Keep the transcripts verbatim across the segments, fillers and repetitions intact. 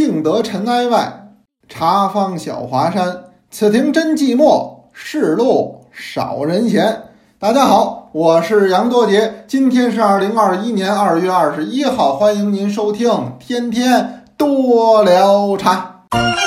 幸得尘埃外，茶芳小华山。此庭真寂寞，世路少人闲。大家好，我是杨多杰，今天是二零二一年二月二十一号，欢迎您收听天天多聊茶。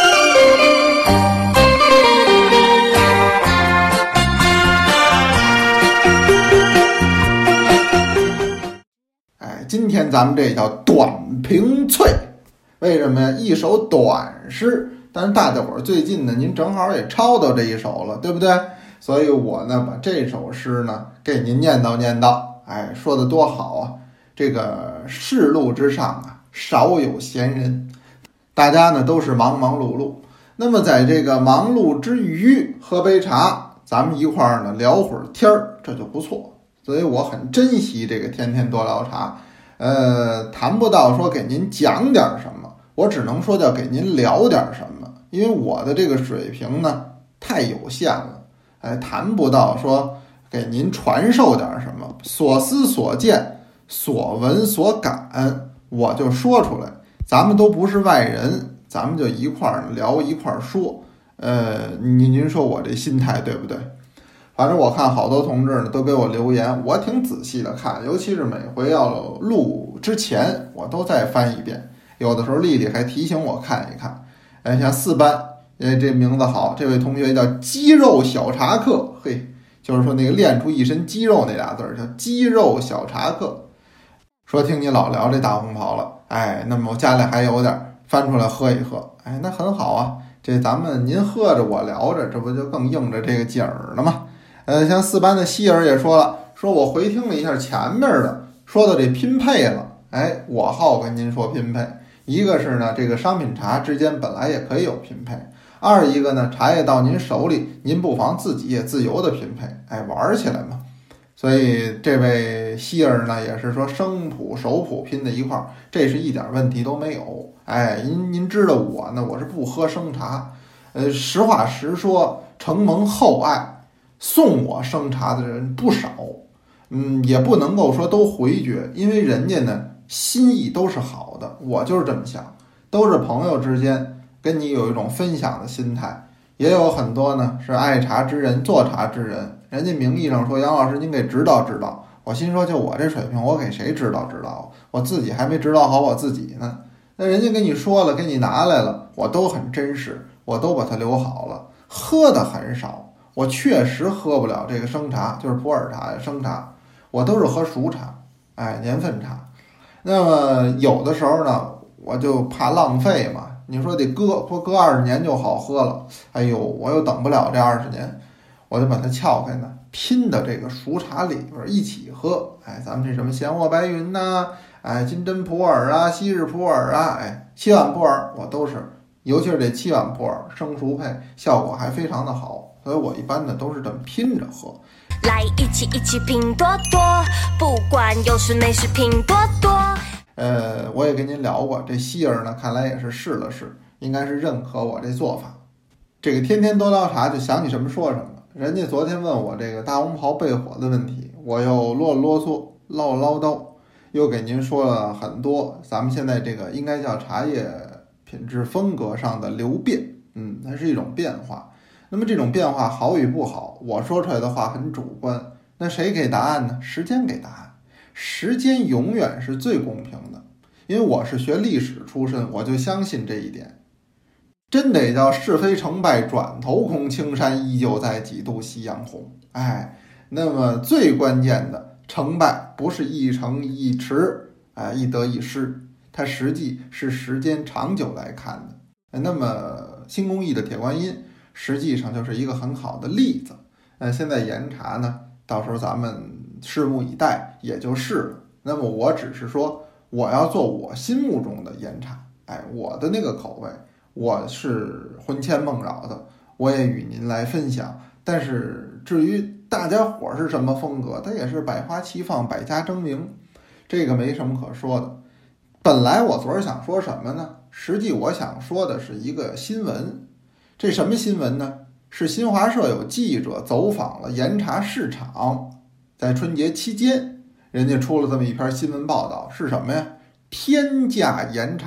哎，今天咱们这叫短平翠，为什么呀？一首短诗，但是大家伙儿最近呢，您正好也抄到这一首了，对不对？所以我呢，把这首诗呢给您念叨念叨。哎，说的多好啊！这个世路之上啊，少有闲人，大家呢都是忙忙碌碌。那么在这个忙碌之余，喝杯茶，咱们一块儿呢聊会儿天儿，这就不错。所以我很珍惜这个天天多聊茶。呃，谈不到说给您讲点什么，我只能说叫给您聊点什么，因为我的这个水平呢太有限了，哎，谈不到说给您传授点什么，所思所见、所闻所感，我就说出来。咱们都不是外人，咱们就一块儿聊，一块儿说。呃，您您说我这心态对不对？反正我看好多同志呢都给我留言，我挺仔细的看，尤其是每回要录之前，我都再翻一遍。有的时候丽丽还提醒我看一看。哎，像四班，哎，这名字好，这位同学叫肌肉小茶客，嘿，就是说那个练出一身肌肉那俩字儿叫肌肉小茶客。说听你老聊这大红袍了，哎，那么我家里还有点，翻出来喝一喝，哎，那很好啊。这咱们您喝着我聊着，这不就更应着这个景儿了吗？呃，像四班的希儿也说了，说我回听了一下前面的，说到这拼配了，哎，我好跟您说拼配。一个是呢，这个商品茶之间本来也可以有拼配；二一个呢，茶叶到您手里，您不妨自己也自由的拼配，哎，玩起来嘛。所以这位希儿呢，也是说生普熟普拼在一块儿，这是一点问题都没有。哎，您您知道我呢，我是不喝生茶，呃，实话实说，承蒙厚爱，送我生茶的人不少，嗯，也不能够说都回绝，因为人家呢心意都是好的，我就是这么想，都是朋友之间跟你有一种分享的心态。也有很多呢是爱茶之人做茶之人，人家名义上说杨老师您给指导指导，我心说就我这水平，我给谁指导指导？我自己还没指导好我自己呢。那人家跟你说了，给你拿来了，我都很珍视，我都把它留好了，喝的很少。我确实喝不了这个生茶，就是普洱茶呀，生茶，我都是喝熟茶，哎，年份茶。那么有的时候呢，我就怕浪费嘛。你说得搁，说搁二十年就好喝了，哎呦，我又等不了这二十年，我就把它撬开呢，拼到这个熟茶里边一起喝。哎，咱们这什么咸沃白云呐、啊，哎，金针普洱啊，昔日普洱啊，哎，七碗普洱我都是，尤其是这七碗普洱生熟配，效果还非常的好，所以我一般呢都是这么拼着喝。 来一起一起拼多多，不管有事没事拼多多。 呃，我也跟您聊过，这希儿呢，看来也是试了试，应该是认可我这做法。这个天天多聊茶，就想起什么说什么。人家昨天问我这个大红袍焙火的问题，我又啰里啰嗦、唠唠叨，又给您说了很多。咱们现在这个应该叫茶叶品质风格上的流变，嗯，它是一种变化。那么这种变化好与不好，我说出来的话很主观，那谁给答案呢？时间给答案。时间永远是最公平的，因为我是学历史出身，我就相信这一点。真得叫是非成败转头空，青山依旧在，几度夕阳红。哎，那么最关键的成败不是一成一池，哎，一得一失，它实际是时间长久来看的。那么新工艺的铁观音实际上就是一个很好的例子。呃，现在岩茶呢，到时候咱们拭目以待，也就是了。那么我只是说，我要做我心目中的岩茶，哎，我的那个口味，我是魂牵梦绕的，我也与您来分享。但是至于大家伙是什么风格，它也是百花齐放，百家争鸣，这个没什么可说的。本来我昨儿想说什么呢？实际我想说的是一个新闻。这什么新闻呢？是新华社有记者走访了岩茶市场，在春节期间人家出了这么一篇新闻报道，是什么呀？天价岩茶，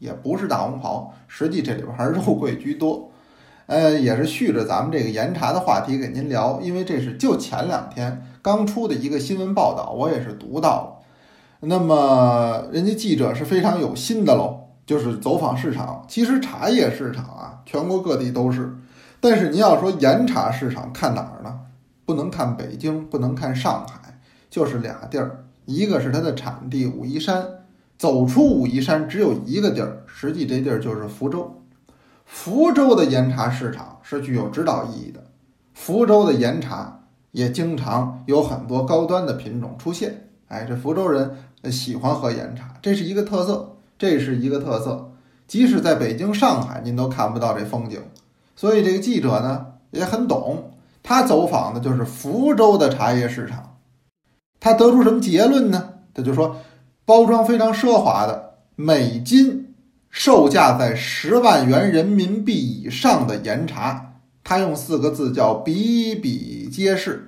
也不是大红袍，实际这里边还是肉桂居多。呃，也是续着咱们这个严查的话题给您聊，因为这是就前两天刚出的一个新闻报道，我也是读到了。那么人家记者是非常有心的喽，就是走访市场。其实茶叶市场啊，全国各地都是，但是您要说严查市场看哪儿呢？不能看北京，不能看上海，就是俩地儿，一个是它的产地武夷山，走出武夷山只有一个地儿，实际这地儿就是福州。福州的严查市场是具有指导意义的，福州的严查也经常有很多高端的品种出现。哎，这福州人喜欢喝严查，这是一个特色，这是一个特色。即使在北京、上海，您都看不到这风景。所以这个记者呢也很懂，他走访的就是福州的茶叶市场。他得出什么结论呢？他就说，包装非常奢华的，每斤售价在十万元人民币以上的严茶，他用四个字叫比比皆是。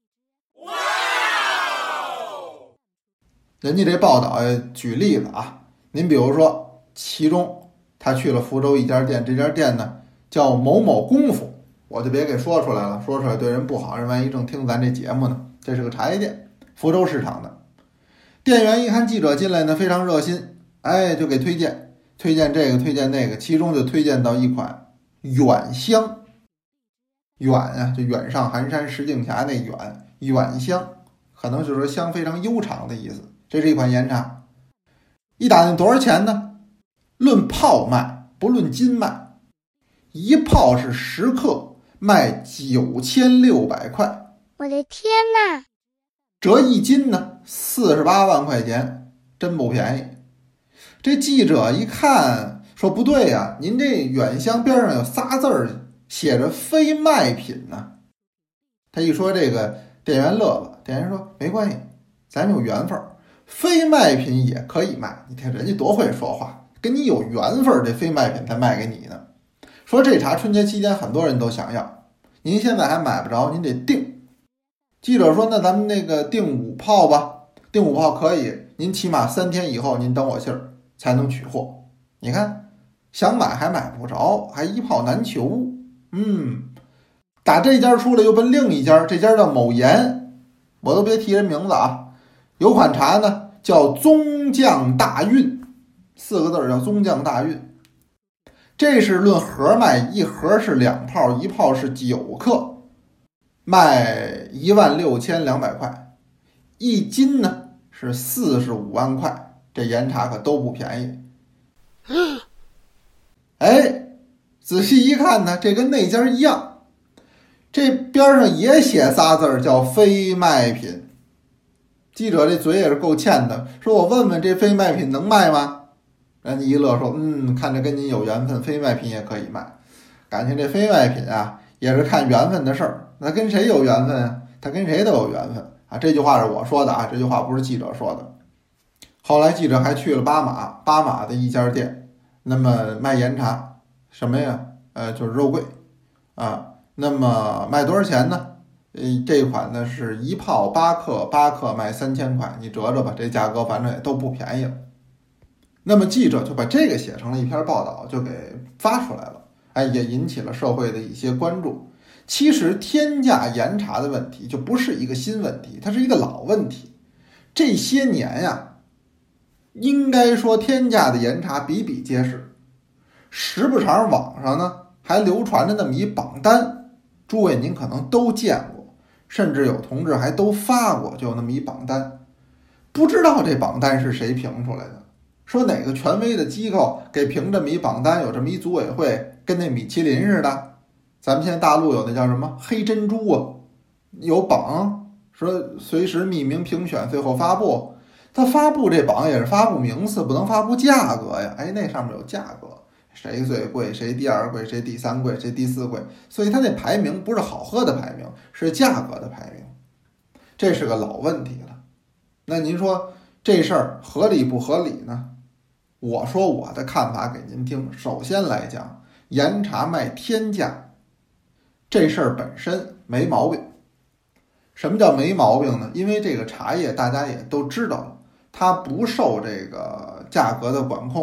人家这报道举例子啊，您比如说，其中他去了福州一家店，这家店呢叫某某功夫，我就别给说出来了，说出来对人不好，人万一正听咱这节目呢。这是个茶叶店，福州市场的。店员一看记者进来呢，非常热心，哎，就给推荐，推荐这个，推荐那个，其中就推荐到一款远香。远啊，就远上寒山石径峡那远，远香，可能就是说香非常悠长的意思。这是一款严茶，一打听多少钱呢？论泡卖，不论斤卖，一泡是十克，卖九千六百块。 我的天哪！ 折一斤呢，四十八万块钱，真不便宜。这记者一看说不对呀、啊，您这远香边上有仨字儿，写着非卖品呢、啊。他一说这个，店员乐了，店员说没关系，咱有缘分。非卖品也可以卖，你看人家多会说话，跟你有缘分，这非卖品才卖给你呢。说这茶春节期间很多人都想要，您现在还买不着，您得订。记者说那咱们那个订五泡吧，订五泡可以，您起码三天以后您等我信儿才能取货。你看想买还买不着，还一泡难求。嗯，打这家出来又奔另一家，这家叫某盐，我都别提人名字啊。有款茶呢叫宗匠大运，四个字叫宗匠大运。这是论盒卖，一盒是两泡，一泡是九克，卖一万六千两百块。一斤呢是四十五万块，这严茶可都不便宜。哎，仔细一看呢，这跟那家一样，这边上也写仨字叫非卖品。记者这嘴也是够欠的，说我问问这非卖品能卖吗？人家一乐说，嗯，看着跟您有缘分，非卖品也可以卖。感情这非卖品啊，也是看缘分的事儿。那跟谁有缘分啊？他跟谁都有缘分啊。这句话是我说的啊，这句话不是记者说的。后来记者还去了巴马，巴马的一家店，那么卖严茶，什么呀？呃，就是肉桂啊。那么卖多少钱呢？呃，这款呢是一泡八克，八克卖三千块，你折折吧，这价格反正也都不便宜了。那么记者就把这个写成了一篇报道，就给发出来了，哎，也引起了社会的一些关注。其实天价严茶的问题就不是一个新问题，它是一个老问题。这些年呀，应该说天价的严茶比比皆是，时不常网上呢还流传着那么一榜单，诸位您可能都见过，甚至有同志还都发过，就有那么一榜单。不知道这榜单是谁评出来的，说哪个权威的机构给评这么一榜单，有这么一组委会，跟那米其林似的。咱们现在大陆有那叫什么黑珍珠啊，有榜，说随时匿名评选，最后发布。他发布这榜也是发布名次，不能发布价格呀。哎，那上面有价格，谁最贵，谁第二贵，谁第三贵，谁第四贵，所以他那排名不是好喝的排名，是价格的排名。这是个老问题了。那您说这事儿合理不合理呢？我说我的看法给您听。首先来讲，严茶卖天价这事儿本身没毛病。什么叫没毛病呢？因为这个茶叶大家也都知道了，它不受这个价格的管控，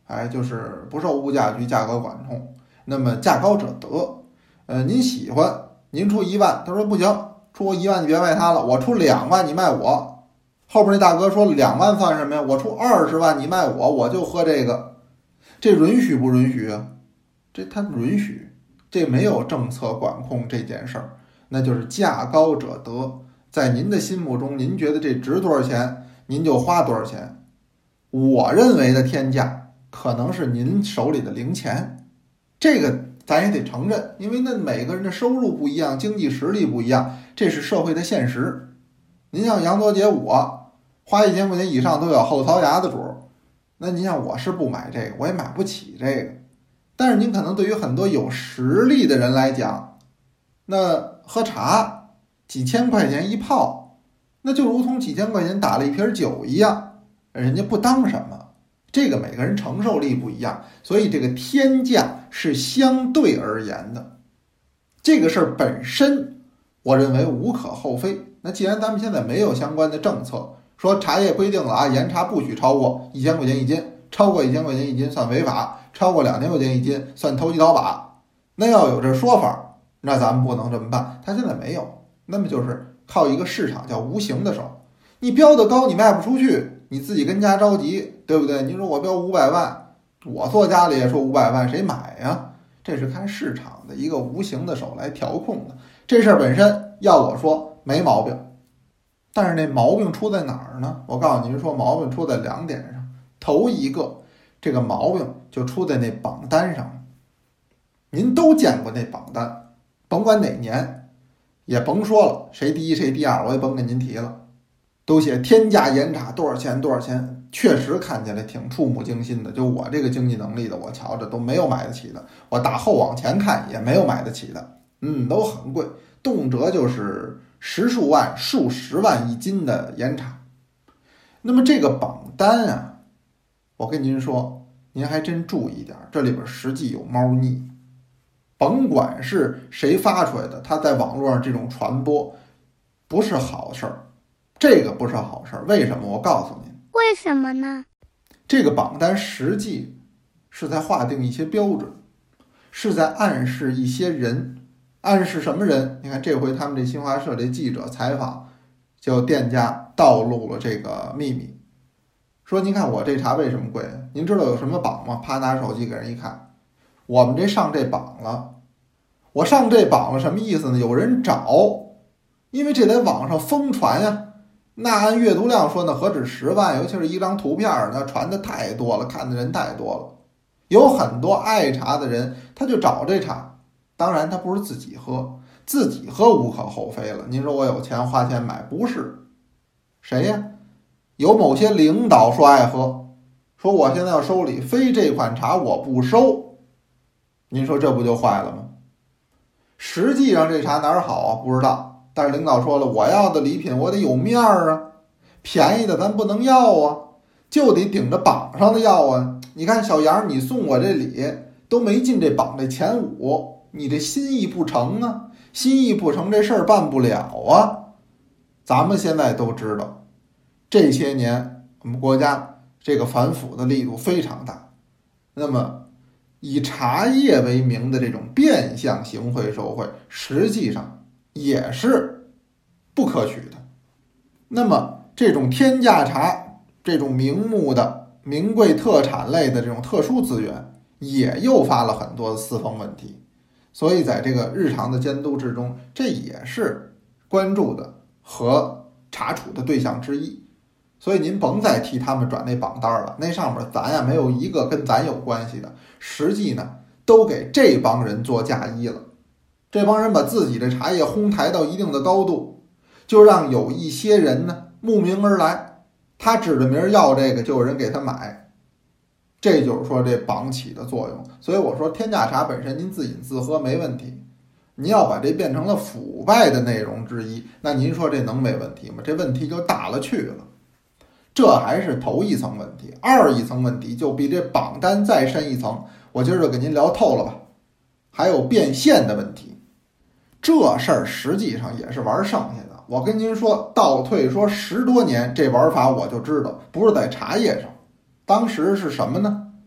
哎，就是不受物价局价格管控。那么价高者得，呃，您喜欢，您出一万，他说不行，出一万你别卖他了，我出两万你卖我。后边那大哥说两万算什么呀？我出二十万你卖我，我就喝这个，这允许不允许啊？这他允许，这没有政策管控这件事儿，那就是价高者得。在您的心目中，您觉得这值多少钱，您就花多少钱。我认为的天价可能是您手里的零钱，这个咱也得承认，因为那每个人的收入不一样，经济实力不一样，这是社会的现实。您像杨多姐我花一千块钱以上都有后槽牙的主，那您像我是不买这个，我也买不起这个。但是您可能对于很多有实力的人来讲，那喝茶几千块钱一泡，那就如同几千块钱打了一瓶酒一样，人家不当什么。这个每个人承受力不一样，所以这个天价是相对而言的。这个事儿本身我认为无可厚非。那既然咱们现在没有相关的政策，说茶叶规定了啊，盐茶不许超过一千块钱一斤，超过一千块钱一斤算违法，超过两千块钱一斤算投机倒把。那要有这说法，那咱们不能这么办。他现在没有，那么就是靠一个市场叫无形的手。你标的高，你卖不出去，你自己跟家着急，对不对？你说我标五百万，我坐家里也说五百万，谁买呀？这是看市场的一个无形的手来调控的。这事儿本身要我说没毛病，但是那毛病出在哪儿呢？我告诉您说，毛病出在两点上。头一个，这个毛病就出在那榜单上。您都见过那榜单，甭管哪年，也甭说了谁第一谁第二，我也甭跟您提了，都写天价盐茶多少钱多少钱，确实看起来挺触目惊心的。就我这个经济能力的，我瞧着都没有买得起的，我打后往前看也没有买得起的，嗯，都很贵，动辄就是十数万数十万一斤的盐茶。那么这个榜单啊，我跟您说，您还真注意点，这里边实际有猫腻。甭管是谁发出来的，他在网络上这种传播不是好事儿，这个不是好事儿。为什么？我告诉您， 为什么呢？ 这个榜单实际是在划定一些标准，是在暗示一些人。暗示什么人？你看这回他们这新华社这记者采访，就店家道露了这个秘密，说您看我这茶为什么贵？您知道有什么榜吗？啪，拿手机给人一看，我们这上这榜了。我上这榜了什么意思呢？有人找，因为这在网上疯传呀。那按阅读量说呢，何止十万，尤其是一张图片，那传的太多了，看的人太多了。有很多爱茶的人，他就找这茶。当然他不是自己喝，自己喝无可厚非了。您说我有钱花钱买，不是谁呀？有某些领导说爱喝，说我现在要收礼，非这款茶我不收。您说这不就坏了吗？实际上这茶哪儿好啊？不知道，但是领导说了，我要的礼品我得有面儿啊，便宜的咱不能要啊，就得顶着榜上的要啊。你看小杨，你送我这礼都没进这榜这前五，你这心意不成啊，心意不成，这事儿办不了啊。咱们现在都知道，这些年我们国家这个反腐的力度非常大，那么以茶叶为名的这种变相行贿受贿，实际上也是不可取的。那么这种天价茶，这种名目的名贵特产类的这种特殊资源，也诱发了很多的私风问题。所以在这个日常的监督之中，这也是关注的和查处的对象之一。所以您甭再替他们转那榜单了，那上面咱呀没有一个跟咱有关系的，实际呢都给这帮人做嫁衣了。这帮人把自己的茶叶哄抬到一定的高度，就让有一些人呢慕名而来，他指着名要这个，就有人给他买。这就是说这榜起的作用。所以我说天价茶本身您自饮自喝没问题，您要把这变成了腐败的内容之一，那您说这能没问题吗？这问题就大了去了。这还是头一层问题，二一层问题就比这榜单再深一层，我今儿就给您聊透了吧。还有变现的问题，这事儿实际上也是玩剩下的。我跟您说，倒退说十多年，这玩法我就知道，不是在茶叶上。当时是什么呢？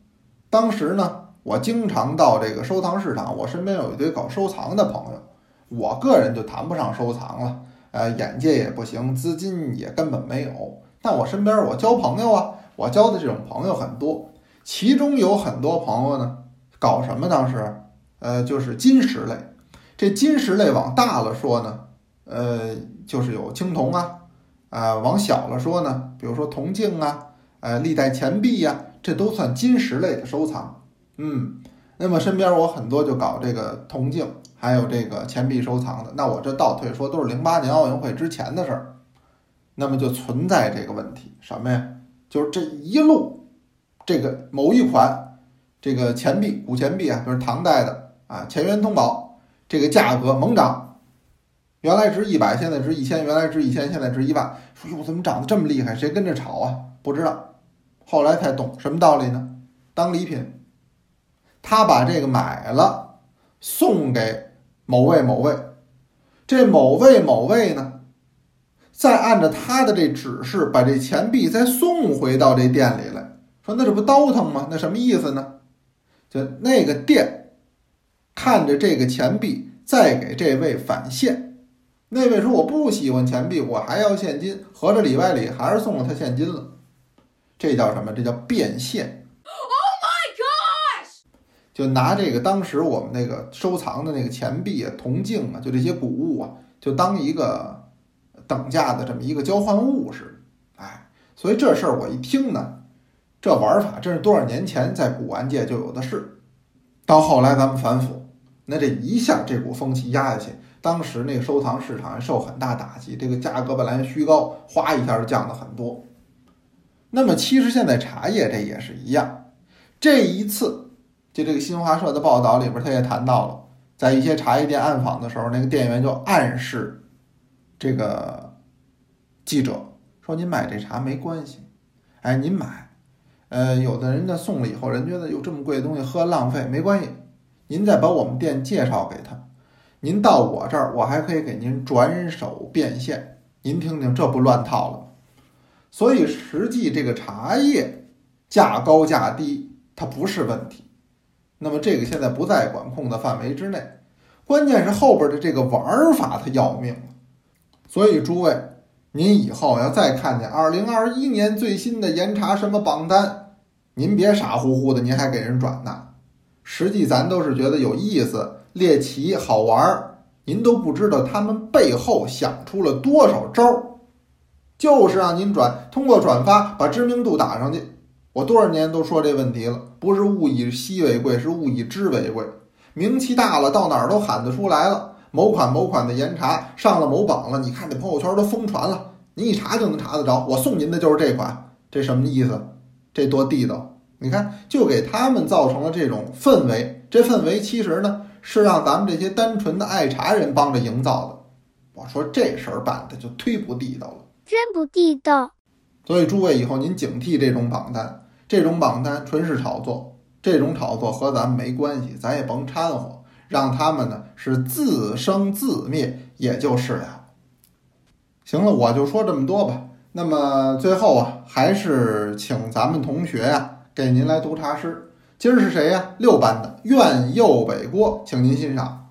当时呢，我经常到这个收藏市场，我身边有一堆搞收藏的朋友，我个人就谈不上收藏了，呃，眼界也不行，资金也根本没有。但我身边我交朋友啊，我交的这种朋友很多，其中有很多朋友呢，搞什么当时，呃，就是金石类。这金石类往大了说呢，呃，就是有青铜啊，啊、呃，往小了说呢，比如说铜镜啊，呃，历代钱币呀、啊，这都算金石类的收藏。嗯，那么身边我很多就搞这个铜镜，还有这个钱币收藏的。那我这倒退说都是零八年奥运会之前的事儿。那么就存在这个问题，什么呀？就是这一路，这个某一款这个钱币、古钱币啊，比如唐代的啊，乾元通宝，这个价格猛涨，原来值一百，现在值一千，原来值一千，现在值一万。说哟，怎么涨得这么厉害？谁跟着炒啊？不知道，后来才懂什么道理呢？当礼品，他把这个买了，送给某位某位，这某位某位呢？再按照他的这指示把这钱币再送回到这店里来，说那这不倒腾吗？那什么意思呢？就那个店看着这个钱币再给这位返现，那位说我不喜欢钱币，我还要现金，合着里外里还是送了他现金了。这叫什么？这叫变现。 Oh my gosh！ 就拿这个当时我们那个收藏的那个钱币啊、铜镜啊，就这些古物啊，就当一个等价的这么一个交换物似的。哎，所以这事儿我一听呢，这玩法真是多少年前在古玩界就有的事，到后来咱们反腐，那这一下这股风气压下去，当时那个收藏市场受很大打击，这个价格本来虚高，哗一下就降了很多。那么其实现在茶叶这也是一样，这一次就这个新华社的报道里边他也谈到了，在一些茶叶店暗访的时候，那个店员就暗示这个记者说，您买这茶没关系，哎，您买，呃，有的人呢送了以后，人觉得有这么贵的东西喝浪费，没关系，您再把我们店介绍给他，您到我这儿，我还可以给您转手变现，您听听这不乱套了吗？所以实际这个茶叶价高价低它不是问题，那么这个现在不在管控的范围之内，关键是后边的这个玩法它要命了。所以诸位，您以后要再看见二零二一年最新的严查什么榜单，您别傻乎乎的，您还给人转呢。实际咱都是觉得有意思、猎奇、好玩，您都不知道他们背后想出了多少招，就是让您转，通过转发把知名度打上去。我多少年都说这问题了，不是物以稀为贵，是物以知为贵。名气大了，到哪儿都喊得出来了。某款某款的严查上了某榜了，你看这朋友圈都疯传了，你一查就能查得着，我送您的就是这款，这什么意思？这多地道！你看，就给他们造成了这种氛围，这氛围其实呢是让咱们这些单纯的爱茶人帮着营造的。我说这事儿办的就忒不地道了， 真不地道。 所以诸位以后您警惕这种榜单，这种榜单纯是炒作，这种炒作和咱们没关系，咱也甭掺和，让他们呢是自生自灭也就是了。行了，我就说这么多吧。那么最后啊，还是请咱们同学呀、啊、给您来读茶诗。今儿是谁呀、啊？六班的苑右北郭，请您欣赏。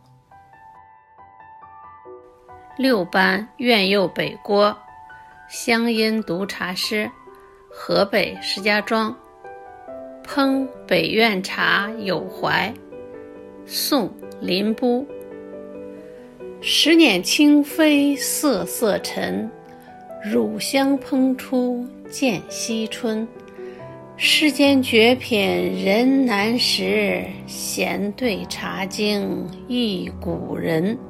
六班苑右北郭，湘阴读茶诗，河北石家庄。烹北苑茶有怀，宋林逋。十年清飞瑟瑟沉，乳香烹出见西春。世间绝品人难识，闲对茶经忆古人。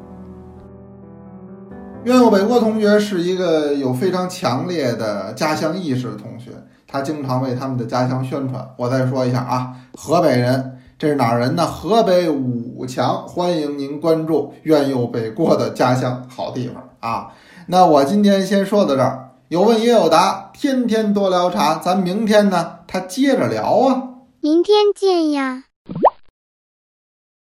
苑右北郭同学是一个有非常强烈的家乡意识的同学，他经常为他们的家乡宣传。我再说一下啊，河北人，这是哪儿人呢？河北武强，欢迎您关注苑右北郭的家乡好地方啊。那我今天先说到这儿，有问也有答，天天多聊茶，咱明天呢他接着聊啊。 明天见呀。